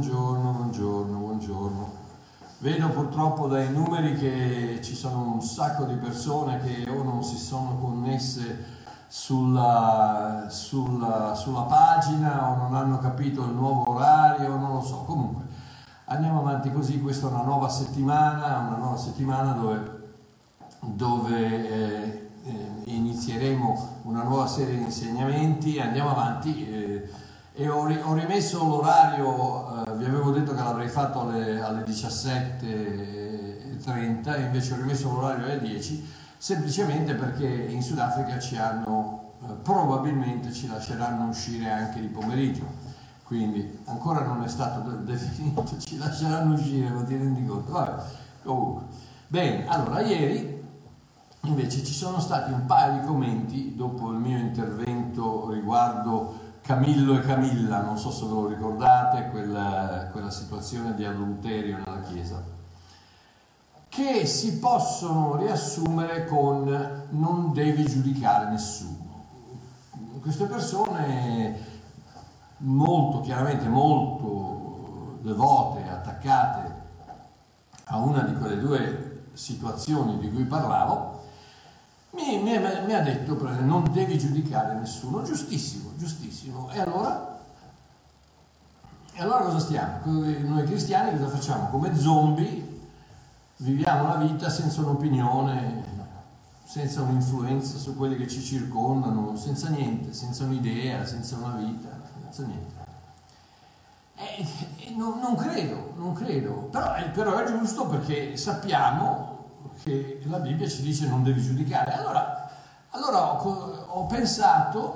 buongiorno. Vedo purtroppo dai numeri che ci sono un sacco di persone che o non si sono connesse sulla pagina o non hanno capito il nuovo orario, non lo so. Comunque andiamo avanti così, questa è una nuova settimana dove inizieremo una nuova serie di insegnamenti. Andiamo avanti. E ho rimesso l'orario, vi avevo detto che l'avrei fatto alle 17:30 e invece ho rimesso l'orario alle 10, semplicemente perché in Sudafrica probabilmente ci lasceranno uscire anche di pomeriggio, quindi ancora non è stato definito, ci lasceranno uscire, ma ti rendi conto? Vabbè, comunque. Bene, allora ieri invece ci sono stati un paio di commenti dopo il mio intervento riguardo Camillo e Camilla, non so se ve lo ricordate, quella situazione di adulterio nella Chiesa, che si possono riassumere con non devi giudicare nessuno. Queste persone chiaramente molto devote, attaccate a una di quelle due situazioni di cui parlavo, mi ha detto non devi giudicare nessuno. Giustissimo. E allora cosa stiamo? Noi cristiani cosa facciamo? Come zombie viviamo la vita senza un'opinione, senza un'influenza su quelli che ci circondano, senza niente, senza un'idea, senza una vita, senza niente. Non credo, però è giusto, perché sappiamo che la Bibbia ci dice non devi giudicare. Allora ho pensato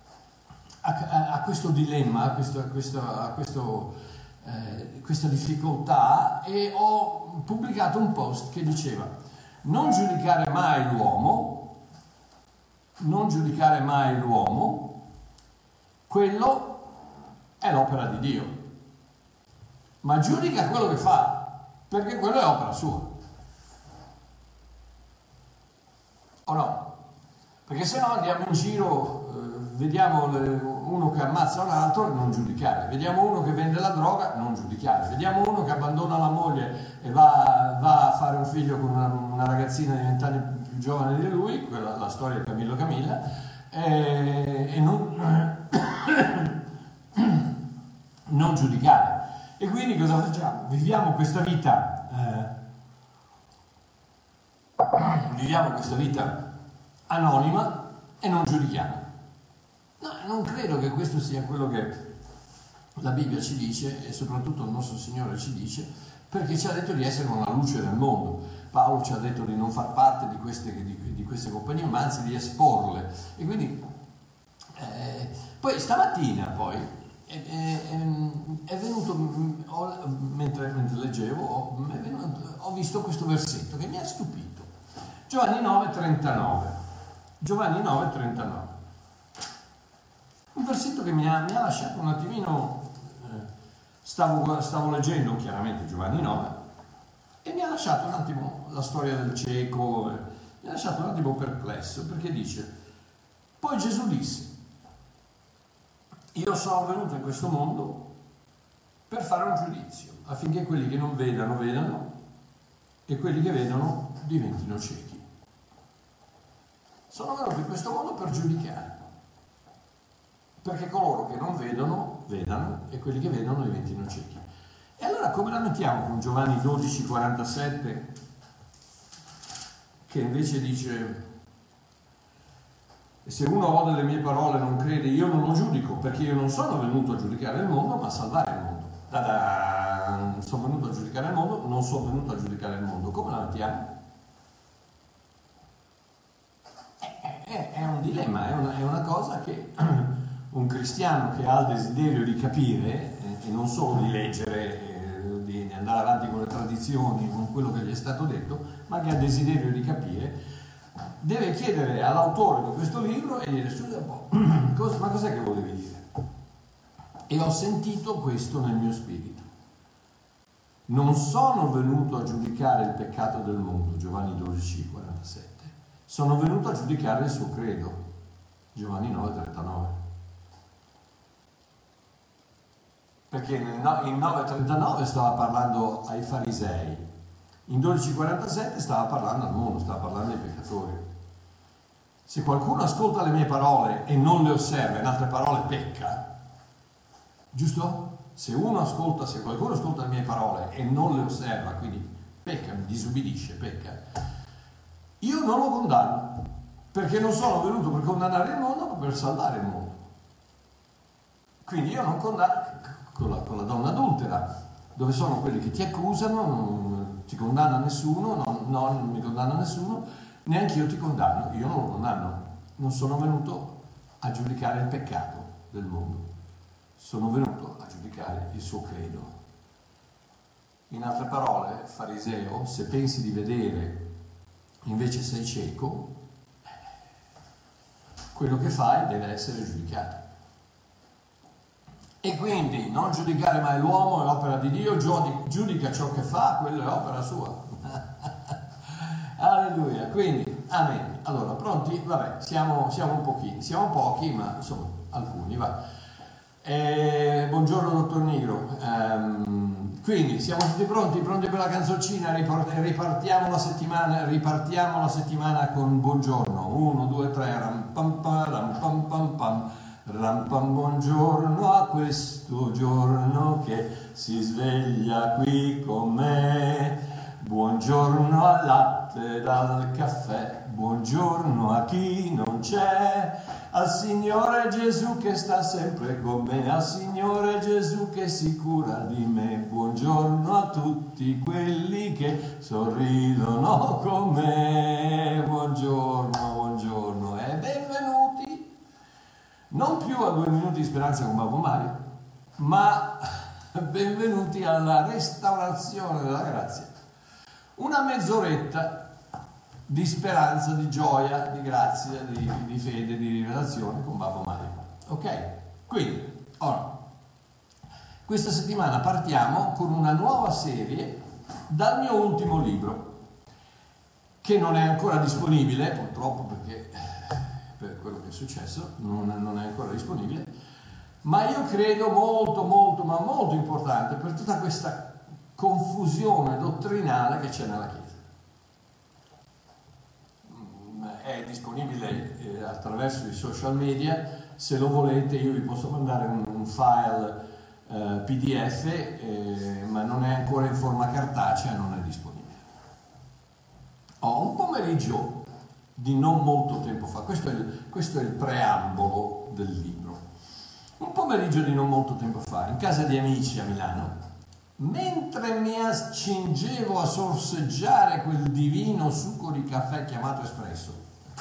a questo dilemma, a questa difficoltà, e ho pubblicato un post che diceva: non giudicare mai l'uomo, quello è l'opera di Dio, ma giudica quello che fa, perché quello è opera sua. O no? Perché se no andiamo in giro, vediamo uno che ammazza un altro e non giudicare, vediamo uno che vende la droga, non giudicare, vediamo uno che abbandona la moglie e va a fare un figlio con una ragazzina di 20 anni più giovane di lui, quella la storia di Camillo Camilla, e non giudicare. E quindi cosa facciamo? Viviamo questa vita anonima e non giudichiamo. No, non credo che questo sia quello che la Bibbia ci dice, e soprattutto il nostro Signore ci dice, perché ci ha detto di essere una luce nel mondo. Paolo ci ha detto di non far parte di queste compagnie, ma anzi di esporle. E quindi poi stamattina è venuto, mentre leggevo, ho visto questo versetto che mi ha stupito. Giovanni 9:39. Un versetto che mi ha lasciato un attimino, stavo leggendo chiaramente Giovanni 9 e mi ha lasciato un attimo la storia del cieco, mi ha lasciato un attimo perplesso, perché dice: poi Gesù disse: io sono venuto in questo mondo per fare un giudizio, affinché quelli che non vedano e quelli che vedono diventino ciechi. Sono venuto in questo mondo per giudicare, perché coloro che non vedono vedano e quelli che vedono diventino ciechi. E allora come la mettiamo con Giovanni 12:47, che invece dice: e se uno ode le mie parole e non crede, io non lo giudico, perché io non sono venuto a giudicare il mondo, ma a salvare il mondo. Sono venuto a giudicare il mondo, non sono venuto a giudicare il mondo. Come la mettiamo? È un dilemma, è una cosa che un cristiano che ha il desiderio di capire, e non solo di leggere, di andare avanti con le tradizioni, con quello che gli è stato detto, ma che ha desiderio di capire, deve chiedere all'autore di questo libro e dire: scusa un po', ma cos'è che volevi dire? E ho sentito questo nel mio spirito: non sono venuto a giudicare il peccato del mondo, Giovanni 12:47, sono venuto a giudicare il suo credo, Giovanni 9:39. perché in 9:39 stava parlando ai farisei, in 12:47 stava parlando al mondo, stava parlando ai peccatori. Se qualcuno ascolta le mie parole e non le osserva, in altre parole pecca, giusto? Se qualcuno ascolta le mie parole e non le osserva, quindi pecca, disobbedisce, pecca, io non lo condanno, perché non sono venuto per condannare il mondo, ma per salvare il mondo. Quindi io non condanno, con la donna adultera, dove sono quelli che ti accusano, non ti condanna nessuno, non mi condanna nessuno, neanche io ti condanno, io non lo condanno. Non sono venuto a giudicare il peccato del mondo, sono venuto a giudicare il suo credo. In altre parole, fariseo, se pensi di vedere, invece sei cieco, quello che fai deve essere giudicato. E quindi non giudicare mai l'uomo è opera di Dio, giudica ciò che fa, quello è opera sua. Alleluia, quindi, amen. Allora, pronti? Vabbè, siamo pochi, ma insomma, alcuni, va. Buongiorno, dottor Nigro. Quindi, siamo tutti pronti per la canzoncina, ripartiamo la settimana con buongiorno. 1, 2, 3, ram pam pam ram pam pam pam. Rampam, buongiorno a questo giorno che si sveglia qui con me. Buongiorno al latte dal caffè, buongiorno a chi non c'è, al Signore Gesù che sta sempre con me, al Signore Gesù che si cura di me. Buongiorno a tutti quelli che sorridono con me. Buongiorno e benvenuti. Non più a 2 minuti di speranza con Babbo Mario, ma benvenuti alla restaurazione della grazia. Una mezz'oretta di speranza, di gioia, di grazia, di fede, di rivelazione con Babbo Mario. Ok? Quindi, ora, questa settimana partiamo con una nuova serie dal mio ultimo libro, che non è ancora disponibile, purtroppo, perché per quello che è successo, non è ancora disponibile, ma io credo molto importante per tutta questa confusione dottrinale che c'è nella Chiesa. È disponibile attraverso i social media, se lo volete io vi posso mandare un file PDF, ma non è ancora in forma cartacea, non è disponibile. Ho un pomeriggio di non molto tempo fa, questo è il preambolo del libro. Un pomeriggio di non molto tempo fa, in casa di amici a Milano, mentre mi accingevo a sorseggiare quel divino succo di caffè chiamato espresso,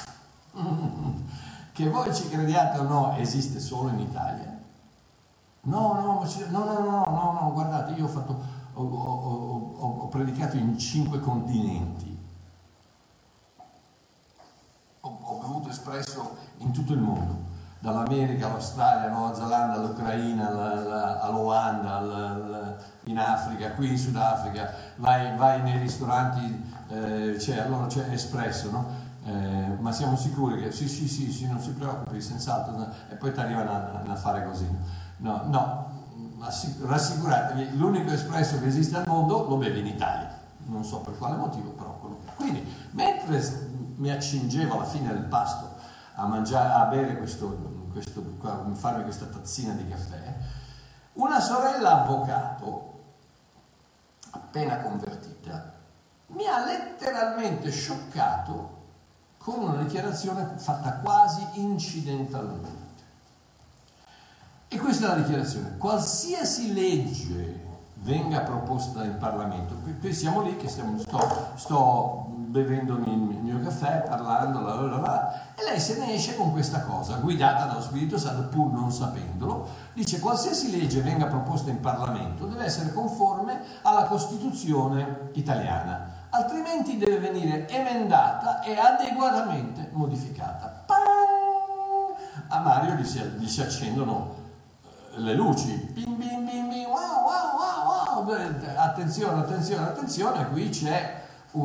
che voi ci crediate o no esiste solo in Italia. No, guardate, io ho predicato in 5 continenti. Ho bevuto espresso in tutto il mondo, dall'America all'Australia, alla Nuova Zelanda, all'Ucraina, all'Olanda, in Africa, qui in Sudafrica, vai nei ristoranti, c'è espresso, no? Ma siamo sicuri che sì, non si preoccupi, senz'altro, e poi ti arrivano a fare così. No, rassicuratevi, l'unico espresso che esiste al mondo lo bevi in Italia, non so per quale motivo, però quello che è. Quindi, mentre mi accingevo alla fine del pasto a bere farmi questa tazzina di caffè, una sorella avvocato appena convertita mi ha letteralmente scioccato con una dichiarazione fatta quasi incidentalmente. E questa è la dichiarazione: qualsiasi legge venga proposta in Parlamento, qui siamo lì che sto bevendomi il mio caffè, parlando, e lei se ne esce con questa cosa, guidata dallo Spirito Santo, pur non sapendolo, dice: qualsiasi legge venga proposta in Parlamento deve essere conforme alla Costituzione italiana, altrimenti deve venire emendata e adeguatamente modificata. A Mario gli si accendono le luci, bim bim bim bim, wow, attenzione, qui c'è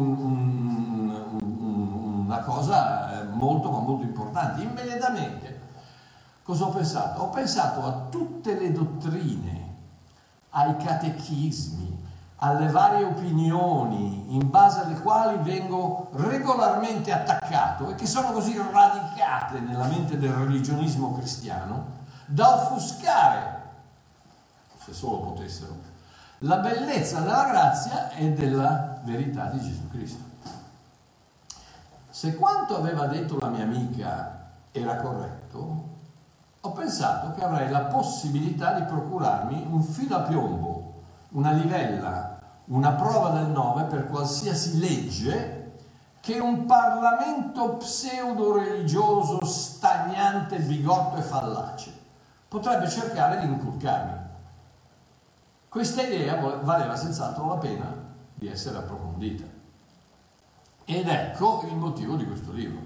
una cosa molto importante. Immediatamente cosa ho pensato? Ho pensato a tutte le dottrine ai catechismi, alle varie opinioni in base alle quali vengo regolarmente attaccato e che sono così radicate nella mente del religionismo cristiano da offuscare, se solo potessero, la bellezza della grazia e della verità di Gesù Cristo. Se quanto aveva detto la mia amica era corretto, ho pensato che avrei la possibilità di procurarmi un filo a piombo, una livella, una prova del 9 per qualsiasi legge che un Parlamento pseudo-religioso, stagnante, bigotto e fallace potrebbe cercare di inculcarmi. Questa idea valeva senz'altro la pena di essere approfondita. Ed ecco il motivo di questo libro.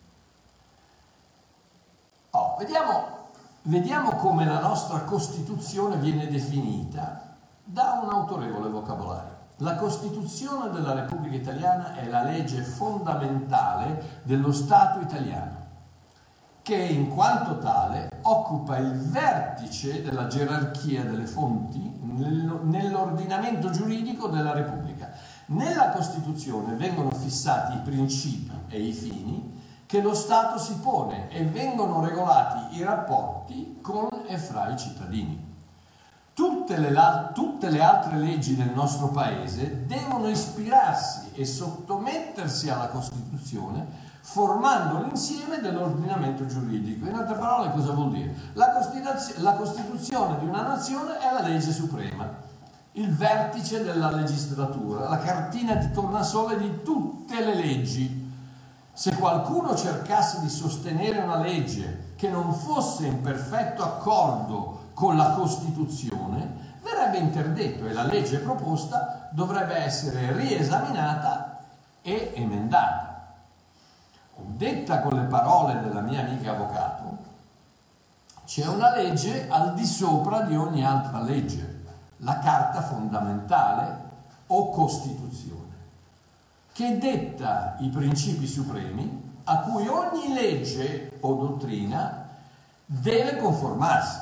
Vediamo come la nostra Costituzione viene definita da un autorevole vocabolario. La Costituzione della Repubblica Italiana è la legge fondamentale dello Stato italiano, che in quanto tale occupa il vertice della gerarchia delle fonti nell'ordinamento giuridico della Repubblica. Nella Costituzione vengono fissati i principi e i fini che lo Stato si pone e vengono regolati i rapporti con e fra i cittadini. Tutte le altre leggi del nostro Paese devono ispirarsi e sottomettersi alla Costituzione, formando l'insieme dell'ordinamento giuridico. In altre parole, cosa vuol dire? La Costituzione di una nazione è la legge suprema, il vertice della legislatura, la cartina di tornasole di tutte le leggi. Se qualcuno cercasse di sostenere una legge che non fosse in perfetto accordo con la Costituzione, verrebbe interdetto e la legge proposta dovrebbe essere riesaminata e emendata. Detta con le parole della mia amica avvocato, c'è una legge al di sopra di ogni altra legge, la Carta fondamentale o Costituzione, che detta i principi supremi a cui ogni legge o dottrina deve conformarsi.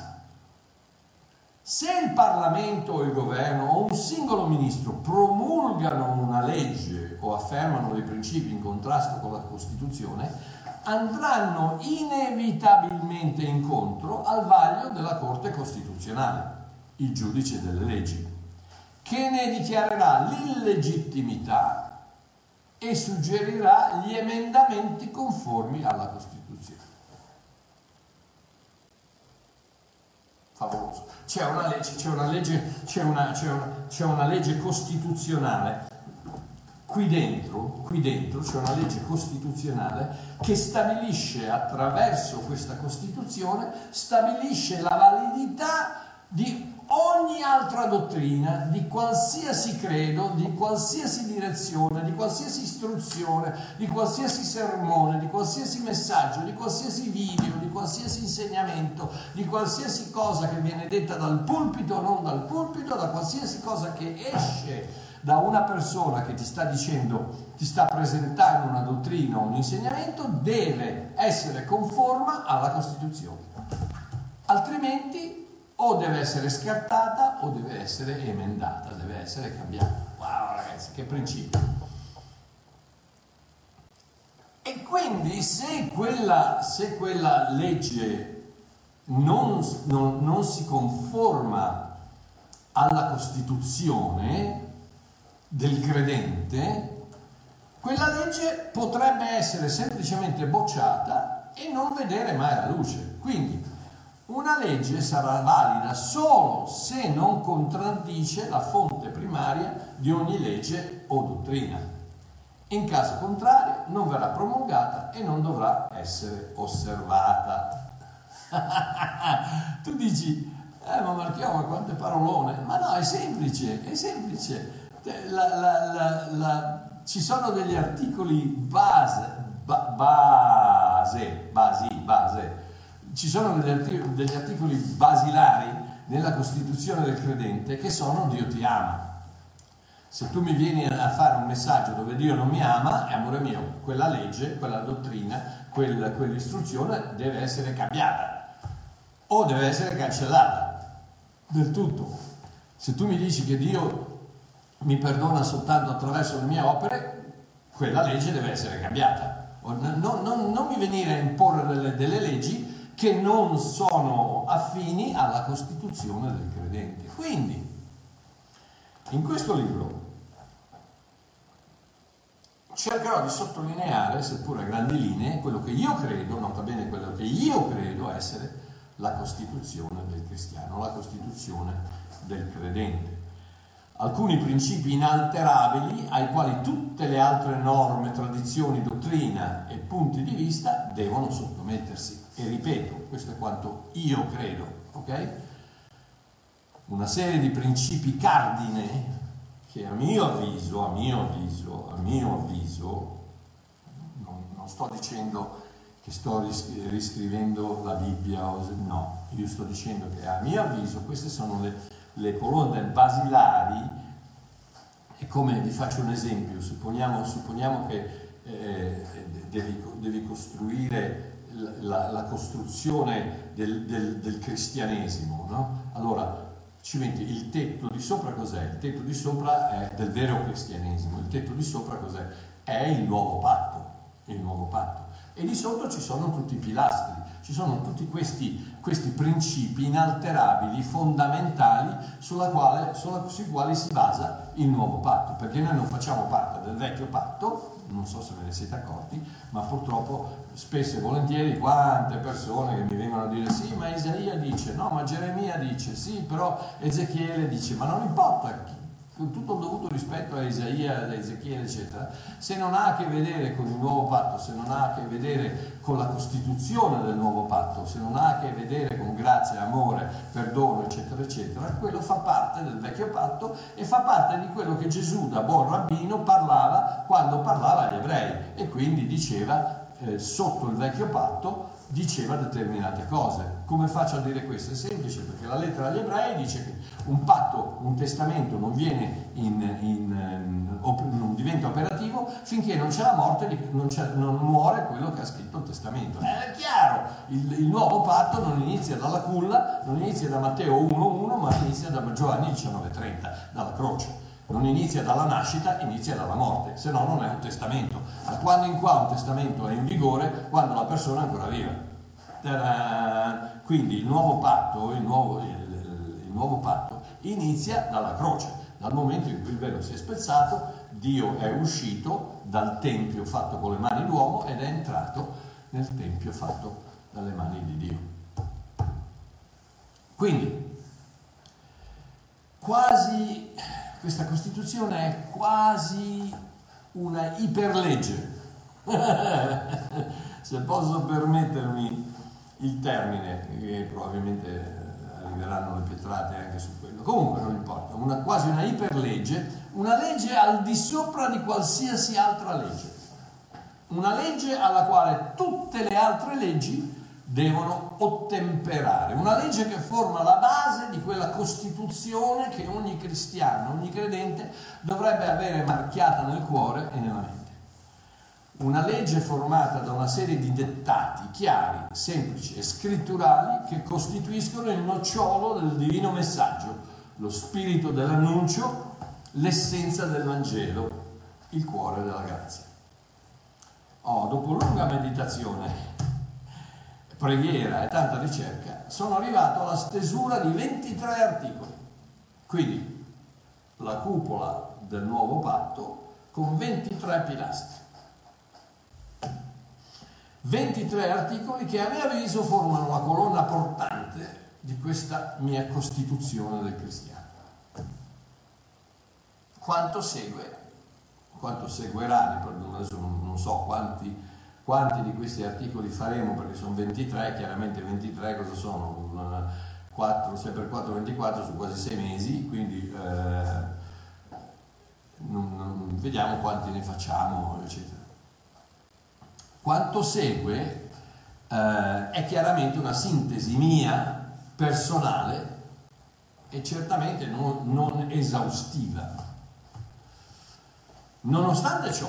Se il Parlamento o il governo o un singolo ministro promulgano una legge o affermano dei principi in contrasto con la Costituzione, andranno inevitabilmente incontro al vaglio della Corte Costituzionale, il giudice delle leggi, che ne dichiarerà l'illegittimità e suggerirà gli emendamenti conformi alla Costituzione. Favoloso. C'è una legge costituzionale qui dentro c'è una legge costituzionale che stabilisce, attraverso questa Costituzione, stabilisce la validità di ogni altra dottrina, di qualsiasi credo, di qualsiasi direzione, di qualsiasi istruzione, di qualsiasi sermone, di qualsiasi messaggio, di qualsiasi video, di qualsiasi insegnamento, di qualsiasi cosa che viene detta dal pulpito o non dal pulpito, da qualsiasi cosa che esce da una persona che ti sta dicendo, ti sta presentando una dottrina o un insegnamento, deve essere conforma alla Costituzione. Altrimenti o deve essere scartata o deve essere emendata, deve essere cambiata. Wow, ragazzi, che principio! E quindi se quella legge non si conforma alla Costituzione del credente, quella legge potrebbe essere semplicemente bocciata e non vedere mai la luce. Quindi una legge sarà valida solo se non contraddice la fonte primaria di ogni legge o dottrina. In caso contrario non verrà promulgata e non dovrà essere osservata. Tu dici, ma Marchiò, ma quante parolone! Ma no, è semplice. Ci sono degli articoli base. Ci sono degli articoli basilari nella Costituzione del credente che sono Dio ti ama. Se tu mi vieni a fare un messaggio dove Dio non mi ama, amore mio, quella legge, quella dottrina, quell'istruzione deve essere cambiata o deve essere cancellata del tutto. Se tu mi dici che Dio mi perdona soltanto attraverso le mie opere, quella legge deve essere cambiata. Non mi venire a imporre delle leggi che non sono affini alla costituzione del credente. Quindi, in questo libro cercherò di sottolineare, seppur a grandi linee, quello che io credo, nota bene quello che io credo essere la costituzione del cristiano, la costituzione del credente. Alcuni principi inalterabili ai quali tutte le altre norme, tradizioni, dottrina e punti di vista devono sottomettersi. E ripeto, questo è quanto io credo, ok? Una serie di principi cardine che a mio avviso, non sto dicendo che sto riscrivendo la Bibbia, no, io sto dicendo che a mio avviso queste sono le colonne basilari. E come vi faccio un esempio, supponiamo che devi costruire la costruzione del cristianesimo, no? Allora ci metti il tetto di sopra. Cos'è? Il tetto di sopra è del vero cristianesimo. Il tetto di sopra cos'è? È il nuovo patto, e di sotto ci sono tutti i pilastri, ci sono tutti questi principi inalterabili, fondamentali sui quali si basa il nuovo patto, perché noi non facciamo parte del vecchio patto, non so se ve ne siete accorti, ma purtroppo spesso e volentieri quante persone che mi vengono a dire sì, ma Isaia dice, no, ma Geremia dice, sì, però Ezechiele dice, ma non importa, con tutto il dovuto rispetto a Isaia, ad Ezechiele, eccetera, se non ha a che vedere con il nuovo patto, se non ha a che vedere con la costituzione del nuovo patto, se non ha a che vedere con grazia, amore, perdono, eccetera, eccetera, quello fa parte del vecchio patto e fa parte di quello che Gesù, da buon rabbino, parlava quando parlava agli ebrei, e quindi diceva, sotto il vecchio patto, diceva determinate cose. Come faccio a dire questo? È semplice, perché la lettera agli ebrei dice che un patto, un testamento non viene non diventa operativo finché non c'è la morte, non muore quello che ha scritto il testamento. È chiaro, il nuovo patto non inizia dalla culla, non inizia da Matteo 1:1, ma inizia da Giovanni 19:30, dalla croce. Non inizia dalla nascita, inizia dalla morte, se no non è un testamento. Da quando in qua un testamento è in vigore? Quando la persona è ancora viva. Ta-da! Quindi il nuovo patto inizia dalla croce, dal momento in cui il velo si è spezzato, Dio è uscito dal tempio fatto con le mani d'uomo ed è entrato nel tempio fatto dalle mani di Dio. Quindi, questa Costituzione è quasi una iperlegge, se posso permettermi il termine, che probabilmente arriveranno le pietrate anche su quello, comunque non importa, quasi una iperlegge, una legge al di sopra di qualsiasi altra legge, una legge alla quale tutte le altre leggi devono ottemperare, una legge che forma la base di quella Costituzione che ogni cristiano, ogni credente dovrebbe avere marchiata nel cuore e nella mente. Una legge formata da una serie di dettati chiari, semplici e scritturali che costituiscono il nocciolo del divino messaggio, lo spirito dell'annuncio, l'essenza del Vangelo, il cuore della grazia. Dopo lunga meditazione, preghiera e tanta ricerca, sono arrivato alla stesura di 23 articoli. Quindi la cupola del nuovo patto con 23 pilastri. 23 articoli che a mio avviso formano la colonna portante di questa mia costituzione del cristiano. Quanto seguirà, adesso non so quanti di questi articoli faremo, perché sono 23, chiaramente 23 cosa sono? 6 per 4, 24 su quasi 6 mesi, quindi vediamo quanti ne facciamo, eccetera. Quanto segue è chiaramente una sintesi mia, personale, e certamente non esaustiva. Nonostante ciò,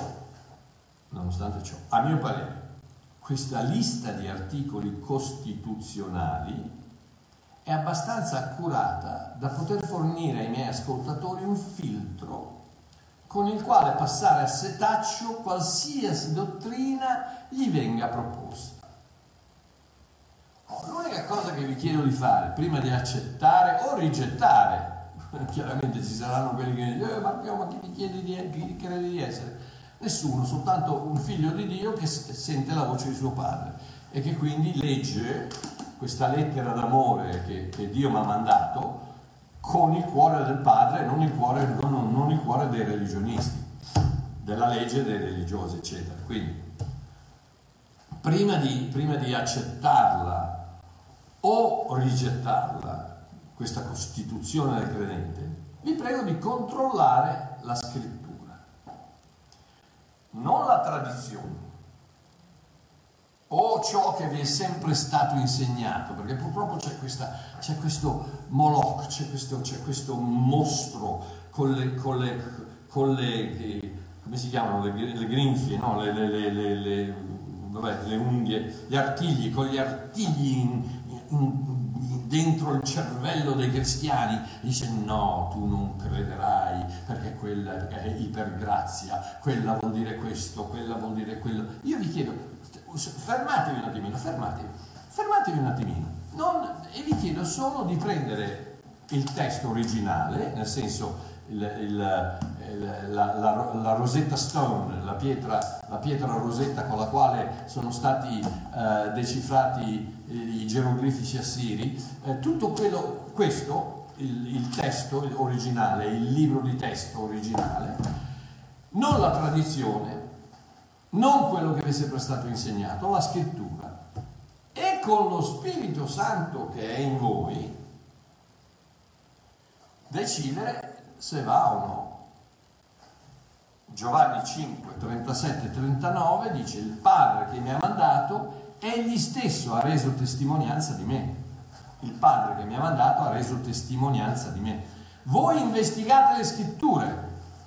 a mio parere, questa lista di articoli costituzionali è abbastanza accurata da poter fornire ai miei ascoltatori un filtro con il quale passare a setaccio qualsiasi dottrina gli venga proposta. L'unica cosa che vi chiedo di fare prima di accettare o rigettare, chiaramente ci saranno quelli che dicono ma chi ti chiede chi credi di essere? Nessuno, soltanto un figlio di Dio che sente la voce di suo padre e che quindi legge questa lettera d'amore che Dio mi ha mandato con il cuore del padre, non il cuore dei religionisti, della legge dei religiosi, eccetera. Quindi prima di accettarla o rigettarla, questa costituzione del credente, vi prego di controllare la scrittura, non la tradizione o ciò che vi è sempre stato insegnato, perché purtroppo c'è questo Moloch, c'è questo mostro con le come si chiamano, le grinfie, no? le unghie, gli artigli, con gli artigli dentro il cervello dei cristiani. Dice no, tu non crederai perché quella è ipergrazia, quella vuol dire questo, quella vuol dire quello. Io vi chiedo, fermatevi un attimino, e vi chiedo solo di prendere il testo originale, nel senso la Rosetta Stone, la pietra rosetta con la quale sono stati decifrati i geroglifici assiri, tutto questo, il testo originale, il libro di testo originale, non la tradizione, non quello che vi è sempre stato insegnato, la scrittura, e con lo Spirito Santo che è in voi decidere se va o no. Giovanni 5, 37 39 dice: il Padre che mi ha mandato egli stesso ha reso testimonianza di me. Il Padre che mi ha mandato ha reso testimonianza di me. Voi investigate le scritture.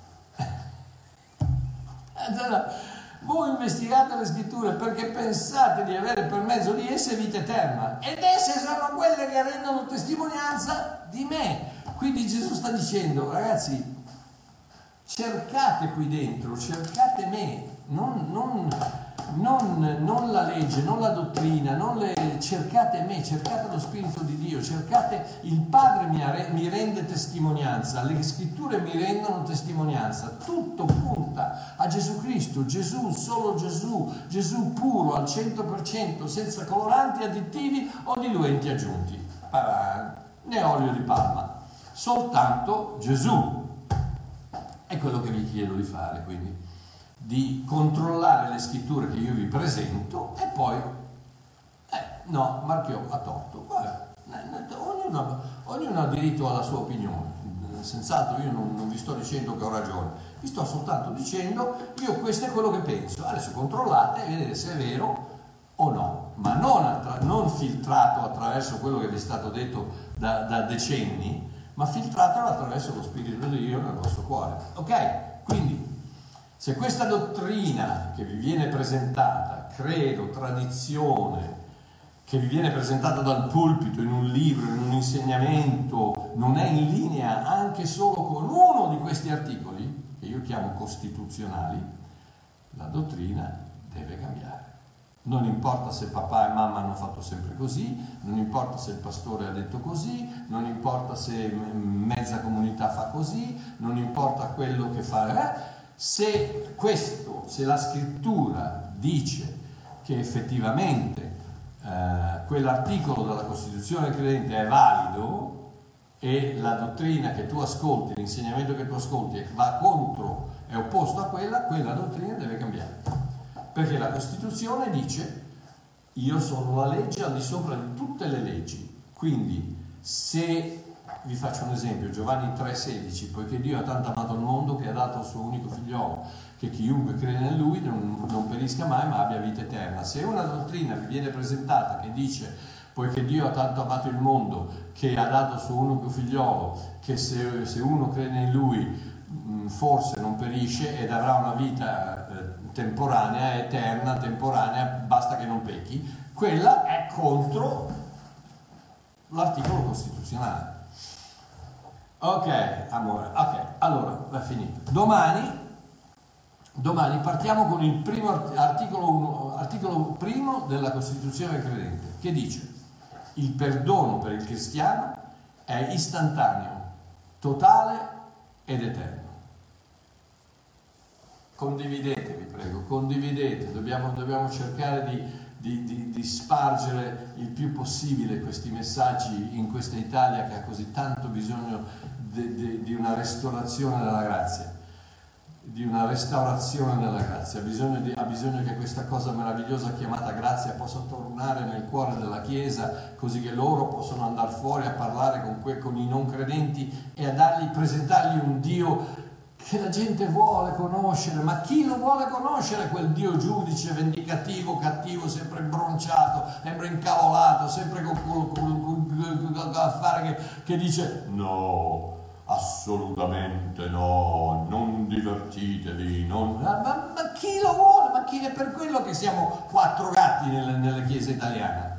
Voi investigate le scritture perché pensate di avere per mezzo di esse vita eterna, ed esse sono quelle che rendono testimonianza di me. Quindi Gesù sta dicendo: ragazzi, cercate qui dentro, cercate me, non la legge, non la dottrina, cercate me, cercate lo Spirito di Dio, cercate il Padre mi rende testimonianza, le scritture mi rendono testimonianza, tutto punta a Gesù Cristo, Gesù, solo Gesù, Gesù puro al 100%, senza coloranti, additivi o diluenti aggiunti, né olio di palma, soltanto Gesù. È quello che vi chiedo di fare, quindi di controllare le scritture che io vi presento e poi no, Marchiò ha torto. Ognuno ha diritto alla sua opinione, senz'altro io non vi sto dicendo che ho ragione, vi sto soltanto dicendo io questo è quello che penso, adesso controllate e vedete se è vero o no, ma non filtrato attraverso quello che vi è stato detto da decenni, ma filtratelo attraverso lo Spirito di Dio nel vostro cuore. Ok? Quindi, se questa dottrina che vi viene presentata, credo, tradizione, che vi viene presentata dal pulpito, in un libro, in un insegnamento, non è in linea anche solo con uno di questi articoli, che io chiamo costituzionali, la dottrina deve cambiare. Non importa se papà e mamma hanno fatto sempre così, non importa se il pastore ha detto così, non importa se mezza comunità fa così, non importa quello che fa. Se la scrittura dice che effettivamente quell'articolo della Costituzione credente è valido e la dottrina che tu ascolti, l'insegnamento che tu ascolti va contro, è opposto a quella dottrina deve cambiare. Perché la Costituzione dice: io sono la legge al di sopra di tutte le leggi. Quindi, se vi faccio un esempio, Giovanni 3,16, poiché Dio ha tanto amato il mondo che ha dato il suo unico figliolo, che chiunque crede in lui non perisca mai ma abbia vita eterna. Se una dottrina vi viene presentata che dice: poiché Dio ha tanto amato il mondo che ha dato il suo unico figliolo, che se uno crede in lui forse non perisce ed avrà una vita temporanea, eterna, basta che non pecchi, quella è contro l'articolo costituzionale. Ok, amore, ok, allora va finito. Domani partiamo con il primo articolo primo della Costituzione credente, che dice: il perdono per il cristiano è istantaneo, totale ed eterno. Condividete, vi prego, condividete, dobbiamo cercare di spargere il più possibile questi messaggi in questa Italia che ha così tanto bisogno di una restaurazione della grazia, ha bisogno che questa cosa meravigliosa chiamata grazia possa tornare nel cuore della Chiesa, così che loro possono andare fuori a parlare con i non credenti e a presentargli un Dio che la gente vuole conoscere. Ma chi lo vuole conoscere quel Dio giudice, vendicativo, cattivo, sempre imbronciato, sempre incavolato, sempre con affare che dice no, assolutamente no, non divertitevi, non... Ma chi lo vuole? Ma chi è per quello che siamo 4 gatti nella Chiesa italiana?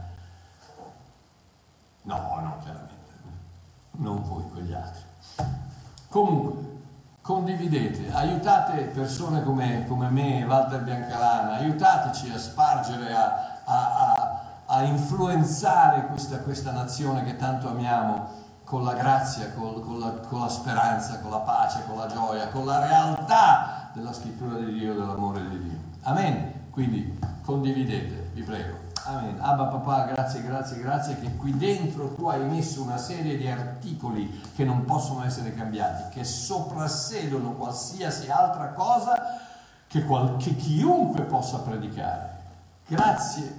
No, chiaramente non voi, quegli altri. Comunque condividete, aiutate persone come me e Walter Biancalana, aiutateci a spargere, a influenzare questa nazione che tanto amiamo, con la grazia, con la speranza, con la pace, con la gioia, con la realtà della scrittura di Dio, dell'amore di Dio. Amen. Quindi condividete, vi prego. Amen. Abba papà, grazie che qui dentro tu hai messo una serie di articoli che non possono essere cambiati, che soprassedono qualsiasi altra cosa che chiunque possa predicare. Grazie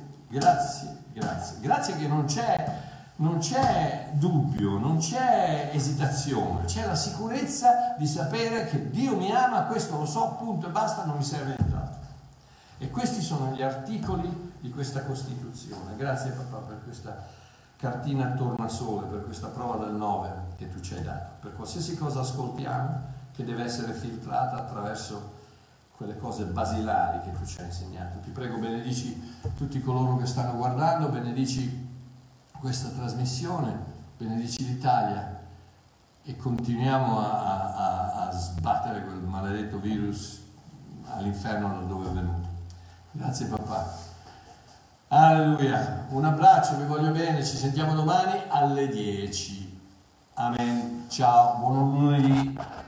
che non c'è dubbio, non c'è esitazione, c'è la sicurezza di sapere che Dio mi ama, questo lo so, punto e basta, non mi serve nient'altro. E questi sono gli articoli di questa Costituzione. Grazie papà per questa cartina a tornasole, per questa prova del 9 che tu ci hai dato, per qualsiasi cosa ascoltiamo che deve essere filtrata attraverso quelle cose basilari che tu ci hai insegnato. Ti prego, benedici tutti coloro che stanno guardando, benedici questa trasmissione, benedici l'Italia e continuiamo a sbattere quel maledetto virus all'inferno da dove è venuto. Grazie papà. Alleluia. Un abbraccio, vi voglio bene, ci sentiamo domani alle 10. Amen. Ciao, buon lunedì.